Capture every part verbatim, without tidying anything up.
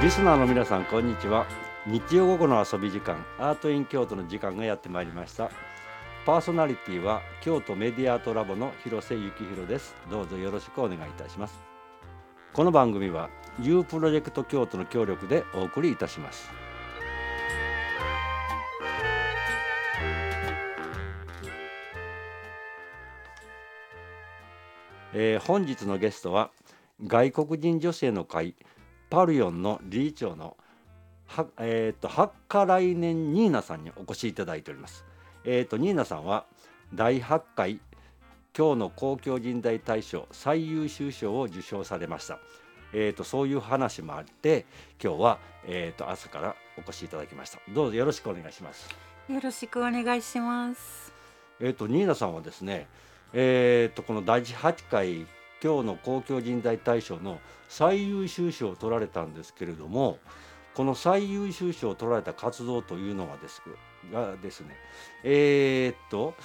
リスナーの皆さんこんにちは。日曜午後の遊び時間、アートイン京都の時間がやってまいりました。パーソナリティは京都メディアアートラボの広瀬幸宏です。どうぞよろしくお願いいたします。この番組は U プロジェクト京都の協力でお送りいたします。えー、本日のゲストは外国人女性の会パルヨンの理事長のは、えー、とハッカライネンニーナさんにお越しいただいております。えー、とニーナさんはだいはちかい京の公共人材大賞最優秀賞を受賞されました。えー、とそういう話もあって今日は、えー、と朝からお越しいただきました。どうぞよろしくお願いします。 よろしくお願いします。 えー、とニーナさんはですね、えー、とこのだいはちかい京の公共人材大賞の最優秀賞を取られたんですけれども、この最優秀賞を取られた活動というのがですがですね、えー、っと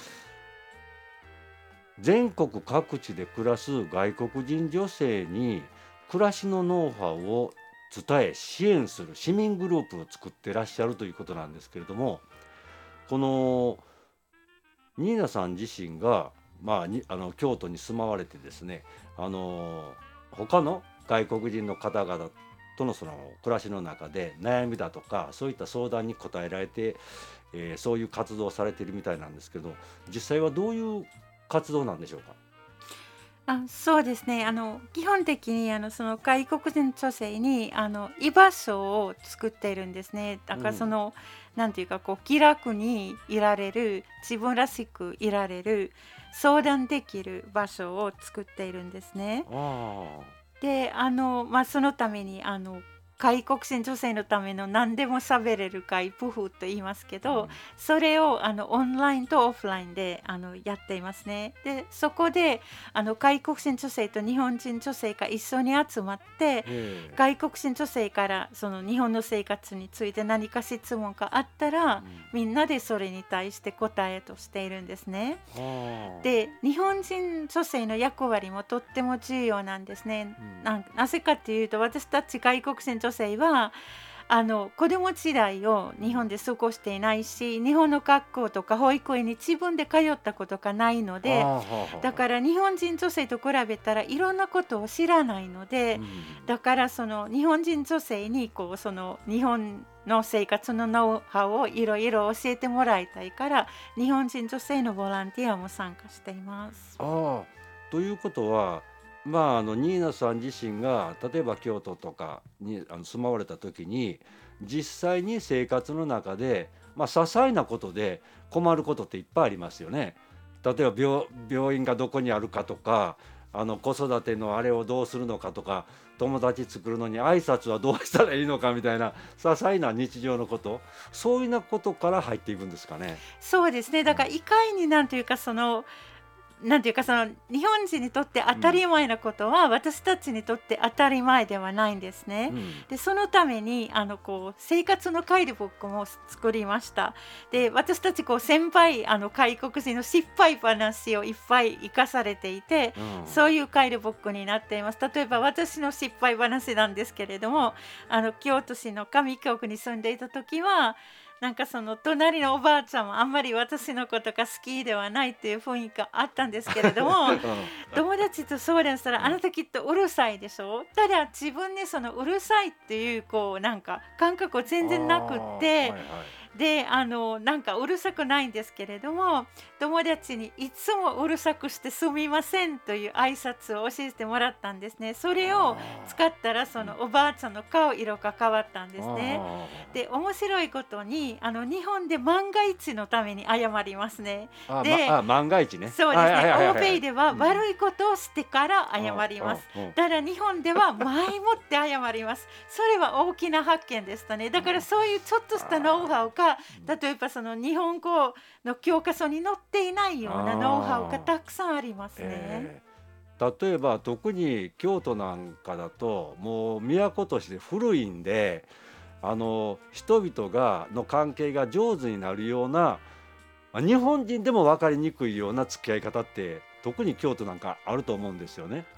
全国各地で暮らす外国人女性に暮らしのノウハウを伝え支援する市民グループを作ってらっしゃるということなんですけれども、このニーナさん自身が、まあ、にあの京都に住まわれてですね、あの他の外国人の方々とのその暮らしの中で悩みだとかそういった相談に答えられて、えーそういう活動をされているみたいなんですけど、実際はどういう活動なんでしょうか。 あ、そうですね。あの基本的にあのその外国人女性にあの居場所を作っているんですね。だからそうん、 のなんていうかこう気楽にいられる、自分らしくいられる、相談できる場所を作っているんですね。 あで、あの、まあ、そのために、あの、外国人女性のための何でも喋れる会、プフと言いますけあ、うど、 ん、 それをあのオンラインとオフラインであのやっていますね。で、そこであの外国人女性と日本人女性が一緒に集まって、 え外国人女性からその日本の生活について何か質問があったら、 え、うん、 みんなでそれに対して答えとしているんですね。 はあ、 で、日本人女性の役割もとっても重要なんですね。 うん、 なんなぜかっていうと、私たち外国人女性はあの子供時代を日本で過ごしていないし、日本の学校とか保育園に自分で通ったことがないのはあ、 で、 はあ、はあ、 だから日本人女性と比べたらいろんなことを知らないので、 うん、 だからその日本人女性にこうその日本の生活のノウハウをいろいろ教えてもらいたいから、日本人女性のボランティアも参加しています。 ああ、ということは、まあ、あのニーナさん自身が例えば京都とかにあの住まわれた時に実際に生活の中で、まあ、些細なことで困ることっていっぱいありますよね。例えば病、病院がどこにあるかとか、あの子育てのあれをどうするのかとか、友達作るのに挨拶はどうしたらいいのかみたいな些細な日常のこと、そういうなことから入っていくんですかね。 そうですね。だからいかになんというかそのなんていうかその日本人にとって当うん、 たり前なことは私たちにとって当たり前ではないんですね。 うん、 でそのためにあのこう生活のガイドブックも作りました。で私たちこう先輩あの外国人の失敗話をいっぱい生かされていて、 うん、 そういうガイドブックになっています。例えば私の失敗話なんですけれども、あの京都市の上京区に住んでいた時はなんかその隣のおばあちゃんもあんまり私のことが好きではないっていう雰囲気があったんですけれども、友達と相談したらあなたきっとうるさいでしょ。ただ自分にそのうるさいっていうこうなんか感覚をあ全然なくっあ、 て、 はいはい。 であのなんかうるさくないんですけれども、友達にいつもうるさくしてすみませんという挨拶を教えてもらったんですね。それをあ使ったらあ、うん。 そのおばあちゃんの顔色が変わったんであすね。 あ、 で面白いことにあの日本で万が一のために謝りますね。 ああ、ま、 であ、万が一ね。はいはそうですね、 いはいはいはい。 欧米ではうん。 悪いことをしてからああ、 謝ります。 うん、うん、 だから日本では前もって謝ります。それは大きな発見でしたね。だからうん。 そういうちょっとしたノウああ、 ハウが、 うん。 例えばその日本語の教科書に載っていないようなノウハウがああ、 たくさんありますね。 ええ。例えば特に京都なんかだと、もう都として古いんで、あの、人々がの関係が上手になるような、ま、日本人でも分かりにくいような付き合い方って、特に京都なんかあると思うんですよね。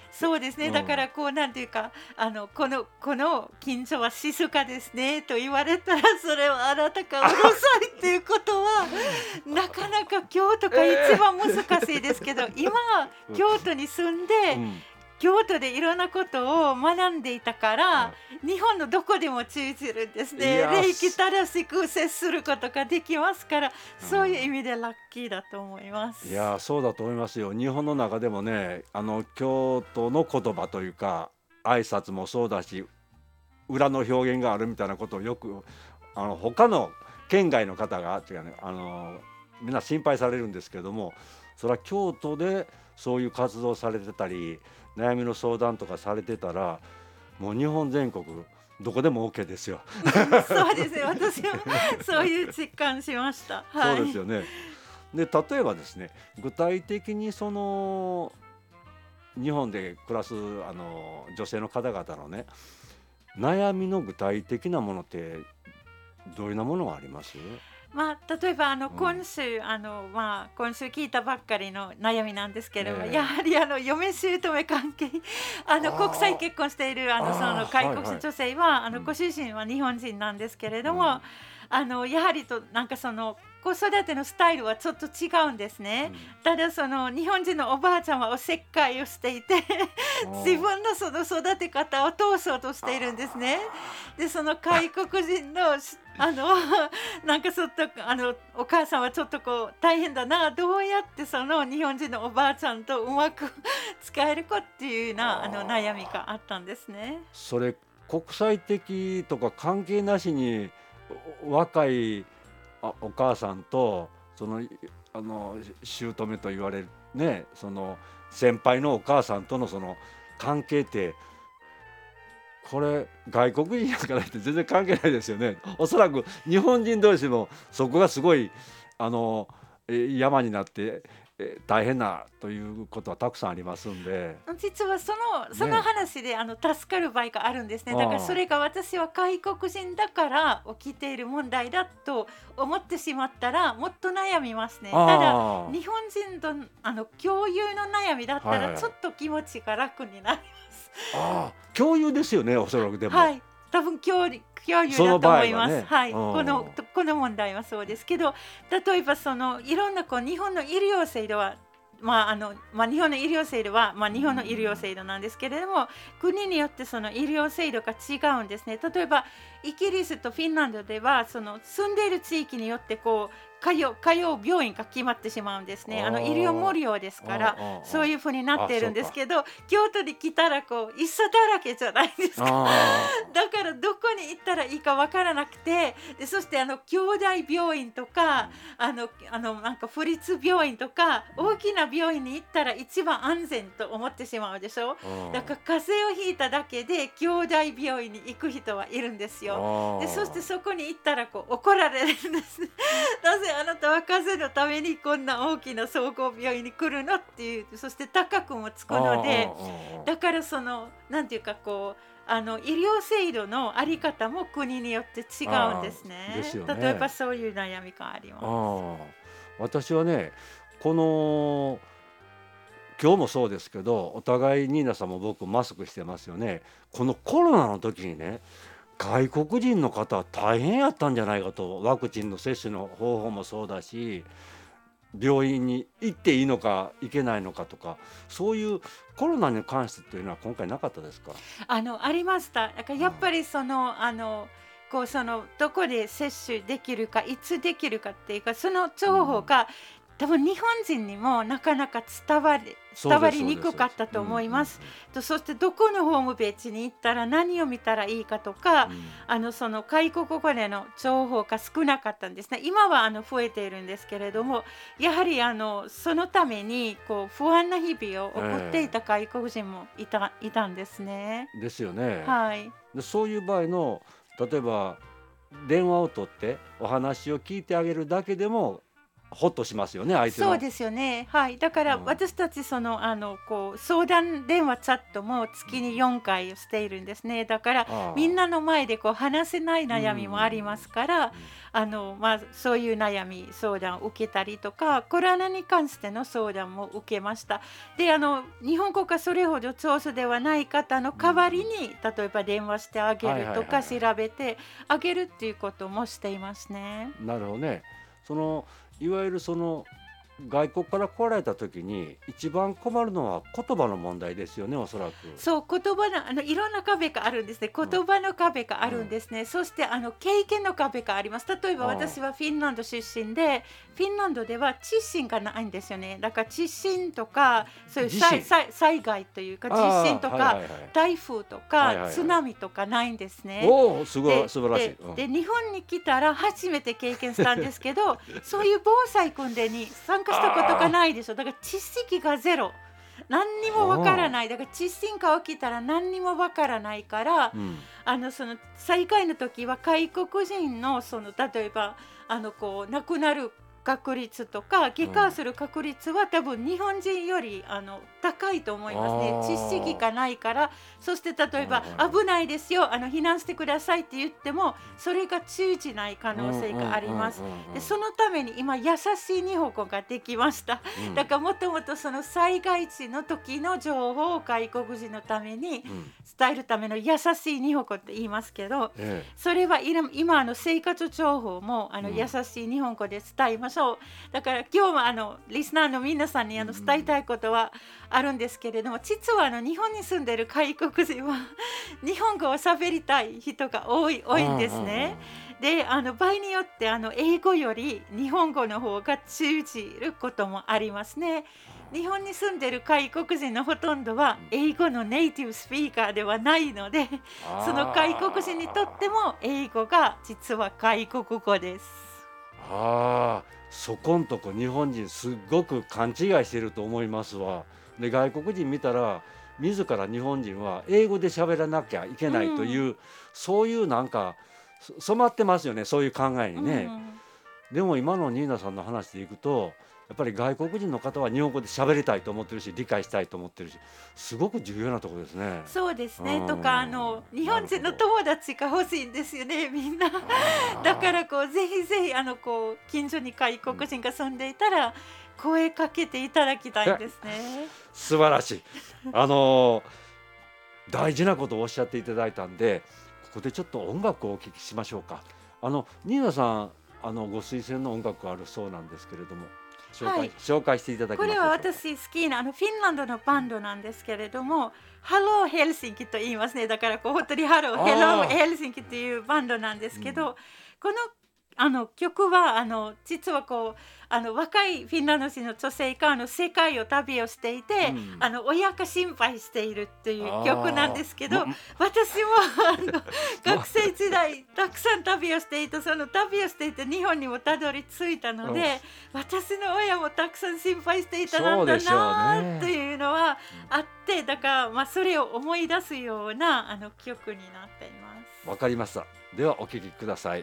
そうですね、 うん、 だからこうなんていうかあのこのこの近所は静かですねと言われたらそれはあなたがうるさいっていうことはなかなか京都が一番難しいですけど、今京都に住んで、 うん、 京都でいろんなことを学んでいたかはら日本のどこでも通じるんですい、いね。 や礼儀す正しく接することができますから、そういう意うん味でラッキーだと思いまいやす。 そうだと思いますよ。日本の中でもね、あの京都の言葉というか挨拶もそうだし、裏の表現があるみたいなことをよくあの他の県外の方が違う、ね、あのみんな心配されるんですけども、それは京都でそういう活動されてたり悩みの相談とかされてたら、もう日本全国どこでも OK ですよ。 そうですね、私もそういう実感しました。 そはい。 うですよね。で例えばですね、具体的にその日本で暮らすあの女性の方々のね、悩みの具体的なものってどういうようなものがあります？ まあ、例えばあのうん、 今週あの、まあ、今週聞いたばっかりの悩みなんですけれども、やええはりあの嫁姑関係あの国際あ結婚しているああ、 のそああ、 の外はいはい。 国人女性はあうん、 のご主人は日本人なんですけれども、 うん、 あのやはりとなんかその子育てのスタイルはちょっと違うんですね。 うん。 ただその日本人のおばあちゃんはおせっかいをしていて自あ分のその育て方を通そうとしあ、 ているんですね。 あでその外国人のしあのなんかちょっとあのお母さんはちょっとこう大変だな、どうやってその日本人のおばあちゃんとうまく使えるかっていうようあ、 なあの悩みああ。 があったんですね。 それ国際的とか関係なしに、お若いあお母さんとそのいあのし姑と言われるね、その先輩のお母さんとのその関係って、これ外国人やからって全然関係ないですよね。おそらく日本人同士もそこがすごいあのえ山になってえ大変なということはたくさんありますんで、 実はそのそのね。 話であの助かる場合があるんですね。だからそあれが私は外国人だから起きている問題だと思ってしまったらもっと悩みますあ、 ね。ただあ日本人とあの共有の悩みだっあ、はいはいはい。 たらちょっと気持ちが楽になります。 ああ、共有ですよね、おそらくでも。 はい、多分共有共有だとその場思います。 合はね。 はい、 うん。 このとこの問題はそうですけど、例えばそのいろんなこう日本の医療制度はまああのまあ、日本の医療制度は、まあ、 う日本の医療ん。 制度なんですけれども、国によってその医療制度が違うんですね。例えばイギリスとフィンランドではその住んでいる地域によってこう通う通う病院が決まってしまうんですね。あの医療無あ料ですあ、あからそういうふうになあ、ああ。あ、 っているんですそうか。 けど、京都に来たらこう一緒だらけじゃないですか。 あだからどこに行ったらいいかわからなくて、でそしてあの兄弟病院とあ、うかん、 あのあのなんか府立病院とかうん、 大きな病院に行ったら一番安全と思ってしまうでしょ。 うん。 だから風邪をひいただけで兄弟病院に行く人はいるんですよ。でそしてあそこに行ったらこう怒られるんです。なぜあなたは風邪のためにこんな大きな総合病院に来るのっていう、そして高くもつあ、あくので、 あ、ああ、ああ。 だからそのなんていうかこうあの医療制度のあり方も国によって違うんであすあ、ですね。例えばよね。 そういう悩みがあります。 ああ。私はね、この今日もそうですけど、お互いニーナさんも僕マスクしてますよね。このコロナの時にね、外国人の方は大変やったんじゃないかと、ワクチンの接種の方法もそうだし、病院に行っていいのか行けないのかとか、そういうコロナに関してっていうのは今回なかったですか？ あのありました。だからうん、 やっぱりそのあのこうそのどこで接種できるかいつできるかっていうかそのうん。 情報が多分日本人にもなかなか伝わりそうです伝わりにそうですそうです。 くかったとうんうん思います。 うん。 とそしてどこのホームページに行ったら何を見たらいいかとか、 うん。 あのその外国語での情報が少なかったんですね。今はあの増えているんですけれども、やはりあのそのためにこう不安な日々を送っていえた外国人もいたいたんですね。 え、ですよね。 はい。 で、そういう場合の例えば電話を取ってお話を聞いてあげるだけでもほっとしますよね、相手の。 そうですよね。はい。だからうん私たちそのあのこう相談電話チャットも月によんかいをしているんですね。だからあみんなの前でこう話せない悩みもありますから、 うんあのまあそういう悩み相談を受けたりとか、コロナに関しての相談も受けました。で、あの日本語がそれほど上手ではない方の代わりに、例えば電話してあげるとはいはいかはい調べてあげるっていうこともしていますね。 なるほどね。そのいわゆるその外国から来られた時に一番困るのは言葉の問題ですよね、おそらく。 そう、言葉のあのいろんな壁があるんですね。言葉の壁があるんですね。そしてあの経験の壁があります。例えばああ私はフィンランド出身で、フィンランドでは地震がないんですよね。だから地震とかそういう地震災災災害というか地ああ震とかはいはいはい台風とはいはいはいか津波とかないんですね。 おお、すごでい素晴らしい。 でうんで日本に来たら初めて経験したんですけどそういう防災訓練に参加したことがないでしょ。だから知識がゼロ、何にもわからない。だから地震が起きたら何にもわからないから、 うんあのその災害の時は外国人のその例えばあのこう亡くなる確率とか外科する確率は多分日本人よりあの高いと思いますね。 あー知識がないから。そして例えばはいはい危ないですよ、あの避難してくださいって言ってもそれが通じない可能性があります。 うんうんうんうんでそのために今優しい日本語ができました。 うんだからもともとその災害時の時の情報を外国人のためにうん伝えるための優しい日本語って言いますけど、 えそれは今今あの生活情報もあのうん優しい日本語で伝えましょう。だから今日はあのリスナーの皆さんにあのうん伝えたいことはあるんですけれども、実はあの日本に住んでいる外国人は日本語を喋りたい人が多い多いんですね。であの場合によってあの英語より日本語の方が通じることもありますね。日本に住んでいる外国人のほとんどは英語のネイティブスピーカーではないので、 あーその外国人にとっても英語が実は外国語です。 ああ、そこんとこ日本人すっごく勘違いしてると思いますわ。で外国人見たら自ら日本人は英語で喋らなきゃいけないという、そういうなんかそ染まってますよね、そういう考えにね。でも今のニーナさんの話でいくとやっぱり外国人の方は日本語で喋りたいと思ってるし理解したいと思ってるし、すごく重要なところですね。 そうですね。 うんとかあの日本人の友達が欲しいんですよね、みんな。だからこうぜひぜひあのこう近所に外国人が住んでいたら声かけていただきたいんですね。 素晴らしい。あのー大事なことをおっしゃっていただいたんで、ここでちょっと音楽をお聴きしましょうか。あのニーナさん、あのご推薦の音楽あるそうなんですけれども、紹介、 はい紹介していただけますでしょうか。 これは私好きなあのフィンランドのバンドなんですけれども、ハローヘルシンキと言いますね。だからこう本当にハローあーヘローヘルシンキっていうバンドなんですけど、 うんこのあの曲はあの実はこうあの若いフィンランド人の女性があの世界を旅をしていて、 うんあの親が心配しているっていう曲なんですけど、 あーま私もあの学生時代たくさん旅をしていて、その旅をしていて日本にもたどり着いたので、私の親もたくさん心配していたなんだそうでしょうなねっていうのはあって、だからまあそれを思い出すようなあの曲になっています。 わかりました。ではお聴きください。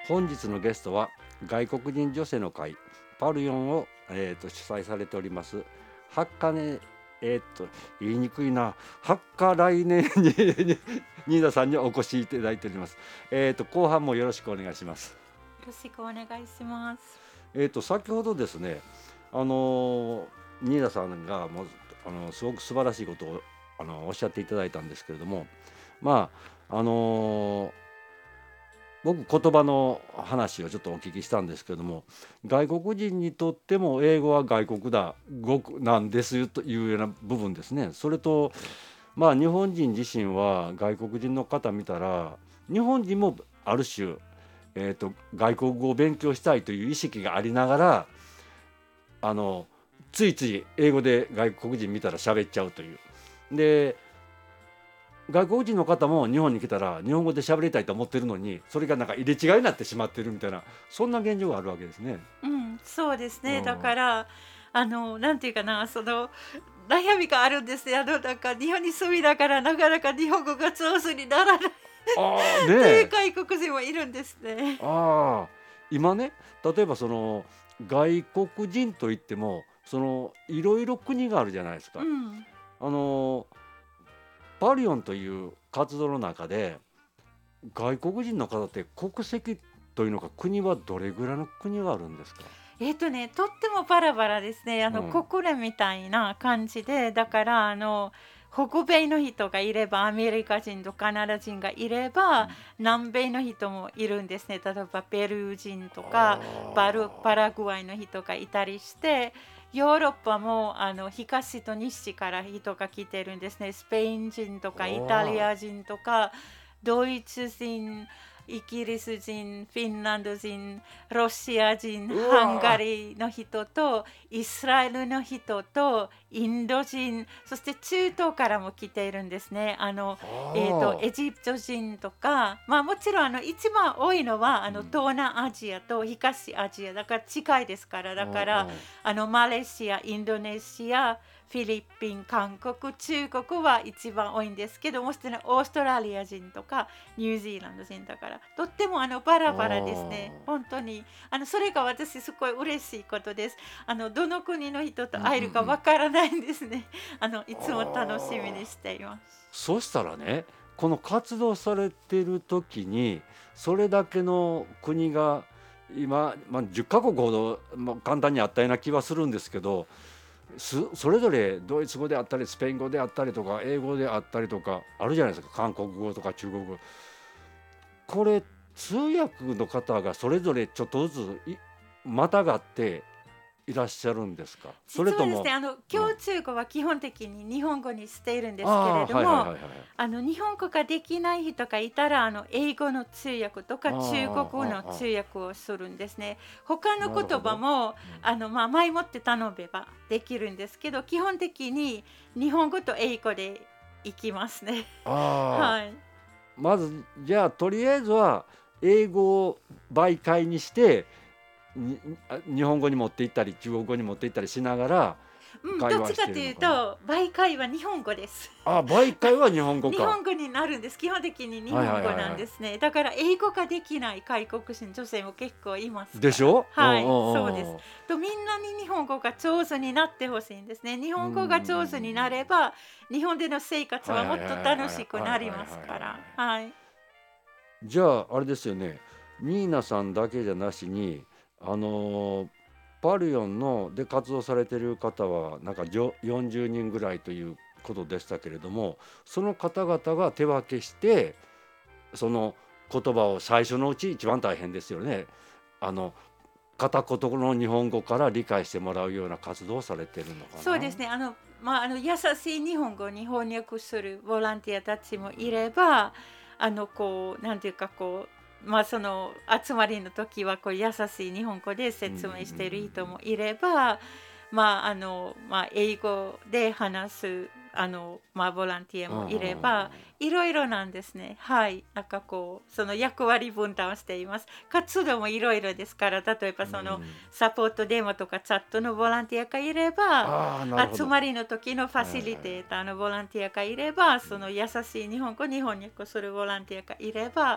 本日のゲストは外国人女性の会パルヨンを、えー、と主催されておりますハッカネえっ、と言いにくいなハッカ来年にニーナさんにお越しいただいております。えっ、と後半もよろしくお願いします。 よろしくお願いします。 えっ、と先ほどですね、あのーニーナさんがもうあのすごく素晴らしいことをあのおっしゃっていただいたんですけれども、まああのー僕言葉の話をちょっとお聞きしたんですけれども、外国人にとっても英語は外国だ語なんですよというような部分ですね。それとまあ日本人自身は外国人の方見たら日本人もある種、えーと外国語を勉強したいという意識がありながらあのついつい英語で外国人見たら喋っちゃうという。で外国人の方も日本に来たら日本語で喋りたいと思ってるのにそれがなんか入れ違いになってしまってるみたいなそんな現状があるわけですね。 うん、そうですね。だうん、 からあのなんていうかな、その悩みがあるんですね。あのなんか日本に住みながらなかなか日本語が上手にならないああというねえ外国人もいるんですね。 ああ今ね例えばその外国人といってもそのいろいろ国があるじゃないですか。 うん。 あのパリオンという活動の中で外国人の方って国籍というのか国はどれぐらいの国があるんですか？ えっとね、とってもバラバラですね。あのうん、 国連みたいな感じで、だからあの北米の人がいれば、アメリカ人とカナダ人がいれば、南米の人もいるんですね。例えばペルー人とかバルパラグアイの人がいたりして、ヨーロッパもあの東と西から人が来てるんですね。スペイン人とかイタリア人とかドイツ人、イギリス人、フィンランド人、ロシア人、 うハンガわリーの人と、イスラエルの人と、インド人、そして中東からも来ているんですね。あの、えーと、 あエジプト人とか、まあもちろんあの一番多いのはあのうん東南アジアと東アジアだから近いですから、だからあのマレーシア、インドネシア、フィリピン、韓国、中国は一番多いんですけども、してねオーストラリア人とかニュージーランド人だから、とってもあのバラバラですね。本当にあのそれが私すごい嬉しいことです。あのどの国の人と会えるかわからないんですね。あのいつも楽しみにしています。 そしたらねこの活動されてる時にそれだけの国が今、まあ、じゅっカ国ほど、まあ、簡単にあったような気はするんですけどすそれぞれドイツ語であったりスペイン語であったりとか英語であったりとかあるじゃないですか韓国語とか中国語。これ通訳の方がそれぞれちょっとずついまたがっていらっしゃるんですか？それとも、 実はですね、あのうん、 共通語は基本的に日本語にしているんですけれああども、 はいはいはいはいあの日本語ができない人がいたら、あの英語の通訳とかあ中国語のあああ通訳をするんですね。他の言なるほど、 葉もうんあの、まあ、前もって頼めばできるんですけど、基本的に日本語と英語でいきますね。 ああはい。 まずじゃあとりあえずは英語を媒介にしてにあ日本語に持って行ったり中国語に持って行ったりしながらうん、どっ会話してちかというるのかな。 と、媒介は日本語です。 あ媒介は日本語か。 日本語になるんです。基本的に日はい本語はいはいはい。 なんですね。だから英語ができない外国人女性も結構いますから。 でしょ？うんうはい、そうです。 んうんとみんなに日本語が上手になってほしいんですね。日うん。う本語が上手になん。 れば、日本での生活はいはもっとはいはいはいはい楽しくはいはいはいなりますかはい。 ら。はい。 じゃああれですよね。ニーナさんだけじゃなしにあのーパルヨンので活動されている方はなんかじょよんじゅうにんぐらいということでしたけれども、その方々が手分けしてその言葉を最初のうち一番大変ですよね。あの片言の日本語から理解してもらうような活動をされてるのかな。 そうですね。あの、まあ、あの優しい日本語に翻訳するボランティアたちもいれば、あのこうなんていうかこう、まあその集まりの時はこう優しい日本語でうんうん説明している人うんもいれば、まああのまあ英語で話すあのまあボランティアうんうん。 もいれうんうんば、いろいろなんですね。はい。なんかこうその役割分担をしています。活動もいろいろですから、例えばうん。 そのうんサポート電話とかチャットのボランティアがいれば、 ああなるほど。 集まりの時のファはいはいはい。 シリテーターのボランティアがいれば、 うんその優しい日本語に翻訳するボランティアがいれば、 うん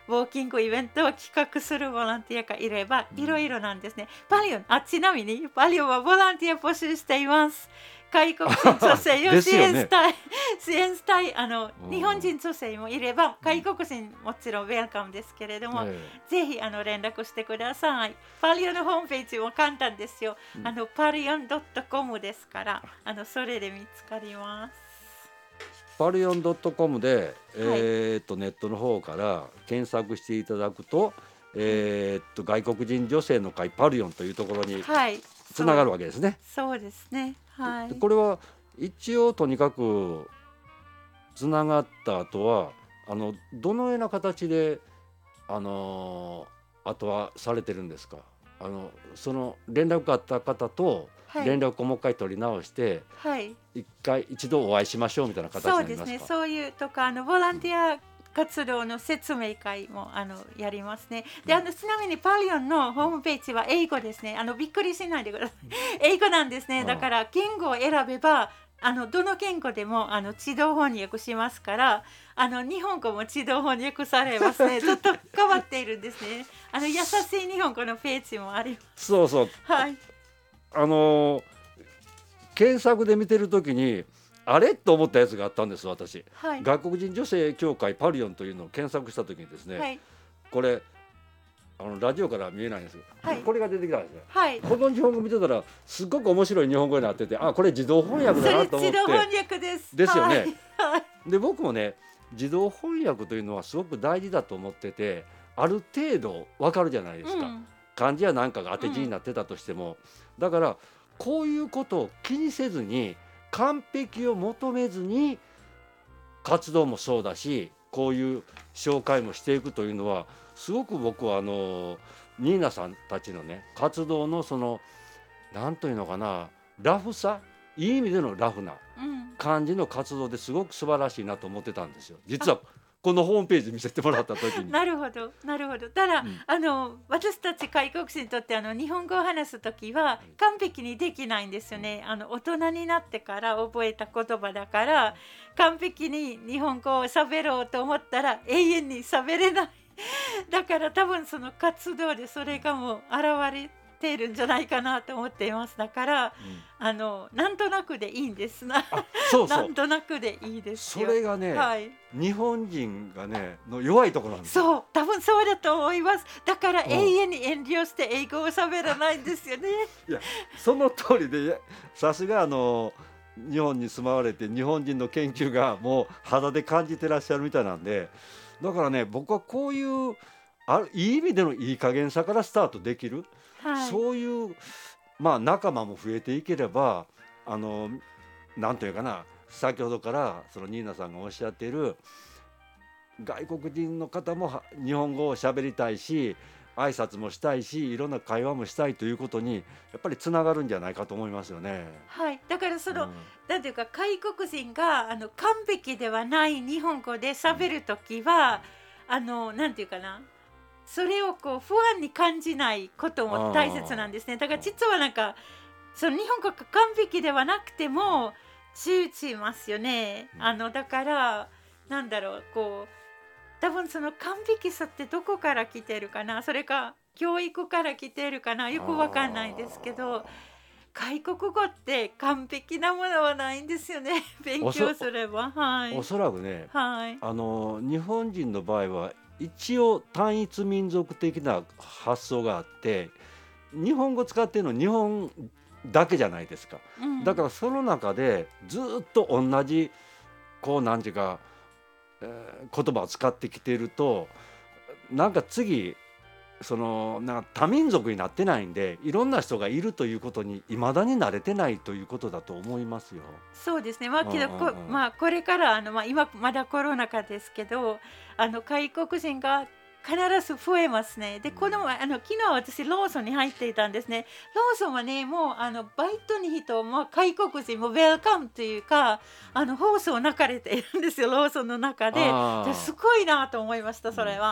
ウォーキングイベントを企画するボランティアがいればいろいろなんですね。パリオン、あ、ちなみにパリオンはボランティア募集しています。外国人女性を支援したい、支援したい、あの日本人女性もいれば外国人もちろんウェルカムですけれども、えー、ぜひあの連絡してください。パリオンのホームページも簡単ですよ。うん、あのパリオン ドットコム ですから、あのそれで見つかります。 パリオン ドットコム で、えー、っとネットの方から検索していただくと、えー、っと外国人女性の会パリオンというところにつながるわけですね。はい、 そう、そうですね。はい、 これは一応とにかくつながった後はあのどのような形であのあとはされてるんですか。あのその連絡があった方と連絡をもう一回取り直して、はい、一回一度お会いしましょうみたいな形になりますか。 そうですね。そういうとかあのボランティア活動の説明会もあのやりますね。で、あのちなみにパリオンのホームページは英語ですね。あのびっくりしないでください。英語なんですね。だから言語を選べばあのどの言語でもあの自動翻訳しますから、あの日本語も自動翻訳されますね。ちょっと変わっているんですね。あの優しい日本語のページもあります。 そうそう。 はい。 あのー、検索で見てるときにあれと思ったやつがあったんです私、はい、外国人女性協会パリオンというのを検索したときにですね、はい、これあのラジオから見えないんですよ、はい、これが出てきたんですね、はい、この日本語見てたらすごく面白い日本語になってて、あこれ自動翻訳だなと思って。 自動翻訳ですですよね、はいはい、で僕もね自動翻訳というのはすごく大事だと思ってて、ある程度わかるじゃないですか、うん、漢字やなんかが当て字になってたとしても、うん、だからこういうことを気にせずに完璧を求めずに活動もそうだし、こういう紹介もしていくというのはすごく僕はあのニーナさんたちのね活動のそのなんというのかな、ラフさ、いい意味でのラフな感じの活動ですごく素晴らしいなと思ってたんですよ。実はこのホームページ見せてもらった時になるほどなるほど。ただ、うん、あの私たち外国人にとってあの日本語を話す時は完璧にできないんですよね。あの大人になってから覚えた言葉だから完璧に日本語を喋ろうと思ったら永遠に喋れないだから多分その活動でそれがもう現れているんじゃないかなと思っています。だから、うん、あのなんとなくでいいんですな。そうそうなんとなくでいいですよ。 それがね、はい、日本人がねの弱いところなんですよ。 そう多分そうだと思います。だから永遠に遠慮して英語を喋らないんですよね。 いやその通りで、さすがあの日本に住まわれて日本人の研究がもう肌で感じてらっしゃるみたいなんで、だからね僕はこういうあるいい意味でのいい加減さからスタートできる、はい、そういうまあ仲間も増えていければ、あのなんというかな、先ほどからそのニーナさんがおっしゃっている外国人の方も日本語を喋りたいし挨拶もしたいしいろんな会話もしたいということにやっぱりつながるんじゃないかと思いますよね。 はい、だからその、うん、なんていうか外国人があの完璧ではない日本語で喋るときは、うん、あのなんていうかな、それをこう不安に感じないことも大切なんですね。だから実はなんかその日本語が完璧ではなくても通じますよね。あのだからなんだろう、こう多分その完璧さってどこから来てるかな、それか教育から来てるかな、よくわかんないんですけど、外国語って完璧なものはないんですよね。勉強すれば、はい、 おそらくね、 はい、 あの日本人の場合は一応単一民族的な発想があって日本語使ってるの日本だけじゃないですか、うん、だからその中でずっと同じこう何ていうか、えー、言葉を使ってきているとなんか次そのなんか多民族になってないんでいろんな人がいるということに未だに慣れてないということだと思いますよ。 そうですね、まあけどこ、うんうんうん、まあ、これからあの、まあ、今まだコロナ禍ですけどあの外国人が必ず増えますね。でこのあの昨日私ローソンに入っていたんですね。ローソンはねもうあのバイトに人も外国人もウェルカムというかあの放送流れているんですよローソンの中で。ですごいなと思いましたそれは。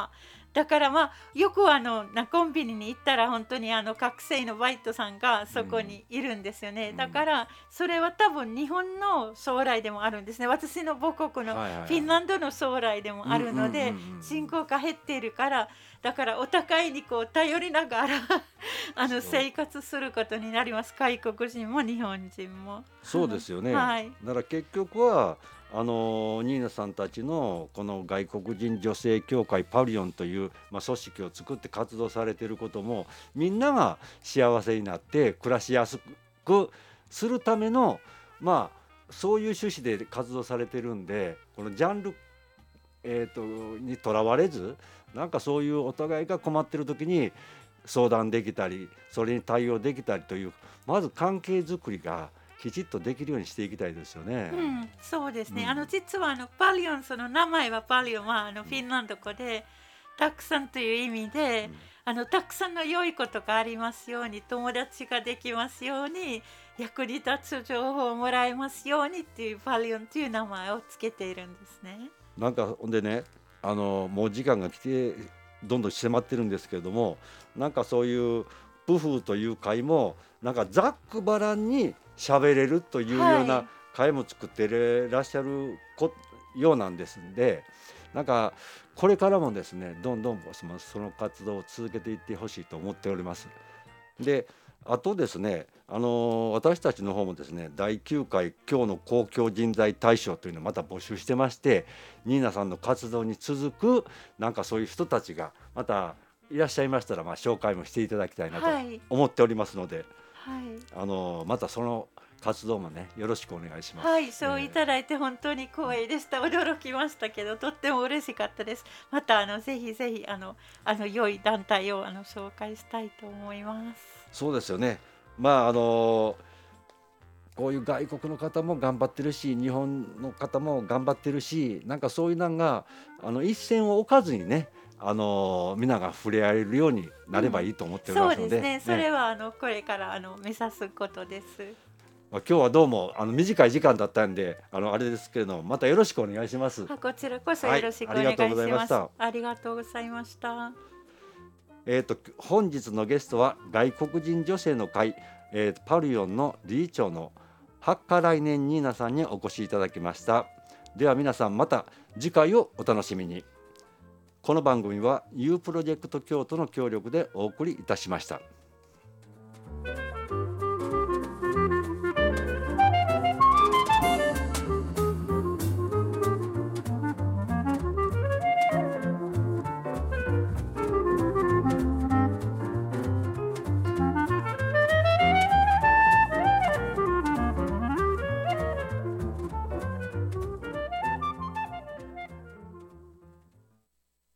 だからまあよくあのなコンビニに行ったら本当にあの学生のバイトさんがそこにいるんですよね、 うんだからそれは多分日本の将来でもあるんですね。私の母国のはいはいはいフィンランドの将来でもあるので、 うんうんうんうん人口が減っているから、だからお互いにこう頼りながらあのそう生活することになります。外国人も日本人も。 そうですよね、 はいだから結局はあのニーナさんたちのこの外国人女性協会パリオンという、まあ、組織を作って活動されていることも、みんなが幸せになって暮らしやすくするための、まあそういう趣旨で活動されてるんで、このジャンル、えー、とにとらわれず、なんかそういうお互いが困ってる時に相談できたり、それに対応できたりという、まず関係づくりがきちっとできるようにしていきたいですよね。 うん、そうですね。 うんあの実はあのパリオン、その名前はパリオンはあのフィンランド語でたくさんという意味で、 うんあのたくさんの良いことがありますように、友達ができますように、役に立つ情報をもらえますようにっていうパリオンという名前をつけているんですね。 なんかほんでね、あのもう時間が来てどんどん迫ってるんですけれども、なんかそういうプフという会もなんかざっくばらんに喋れるというようはない会も作ってらっしゃるこようなんですんで、なんかこれからもですね、どんどんその活動を続けていってほしいと思っております。で、あとですね、あの私たちの方もですね、だいきゅうかい今日の公共人材大賞というのをまた募集してまして、ニーナさんの活動に続くなんかそういう人たちがまたいらっしゃいましたら、まあ紹介もしていただきたいなとはい思っておりますので、 はいあのまたその活動もねよろしくお願いします。 はい、そうえーいただいて本当に光栄でした。驚きましたけど、とっても嬉しかったです。またあのぜひぜひあのあの良い団体をあの紹介したいと思います。 そうですよね。まああのこういう外国の方も頑張ってるし、日本の方も頑張ってるし、なんかそういうのがあの一線を置かずにね、あの皆が触れ合えるようになればいいと思っておりそうますので、 ですね。それはあのこれからあの目指すことです。 まあ、今日はどうもあの短い時間だったんで、あのあれですけれども、またよろしくお願いします。 あ、こちらこそよろしくお願いしはいありがとうございまます。 したありがとうございました。 えー、と本日のゲストは外国人女性の会、えーとパリオンの理事長のハッカ来年ニーナさんにお越しいただきました。では皆さんまた次回をお楽しみに。この番組は ユー プロジェクト京都の協力でお送りいたしました。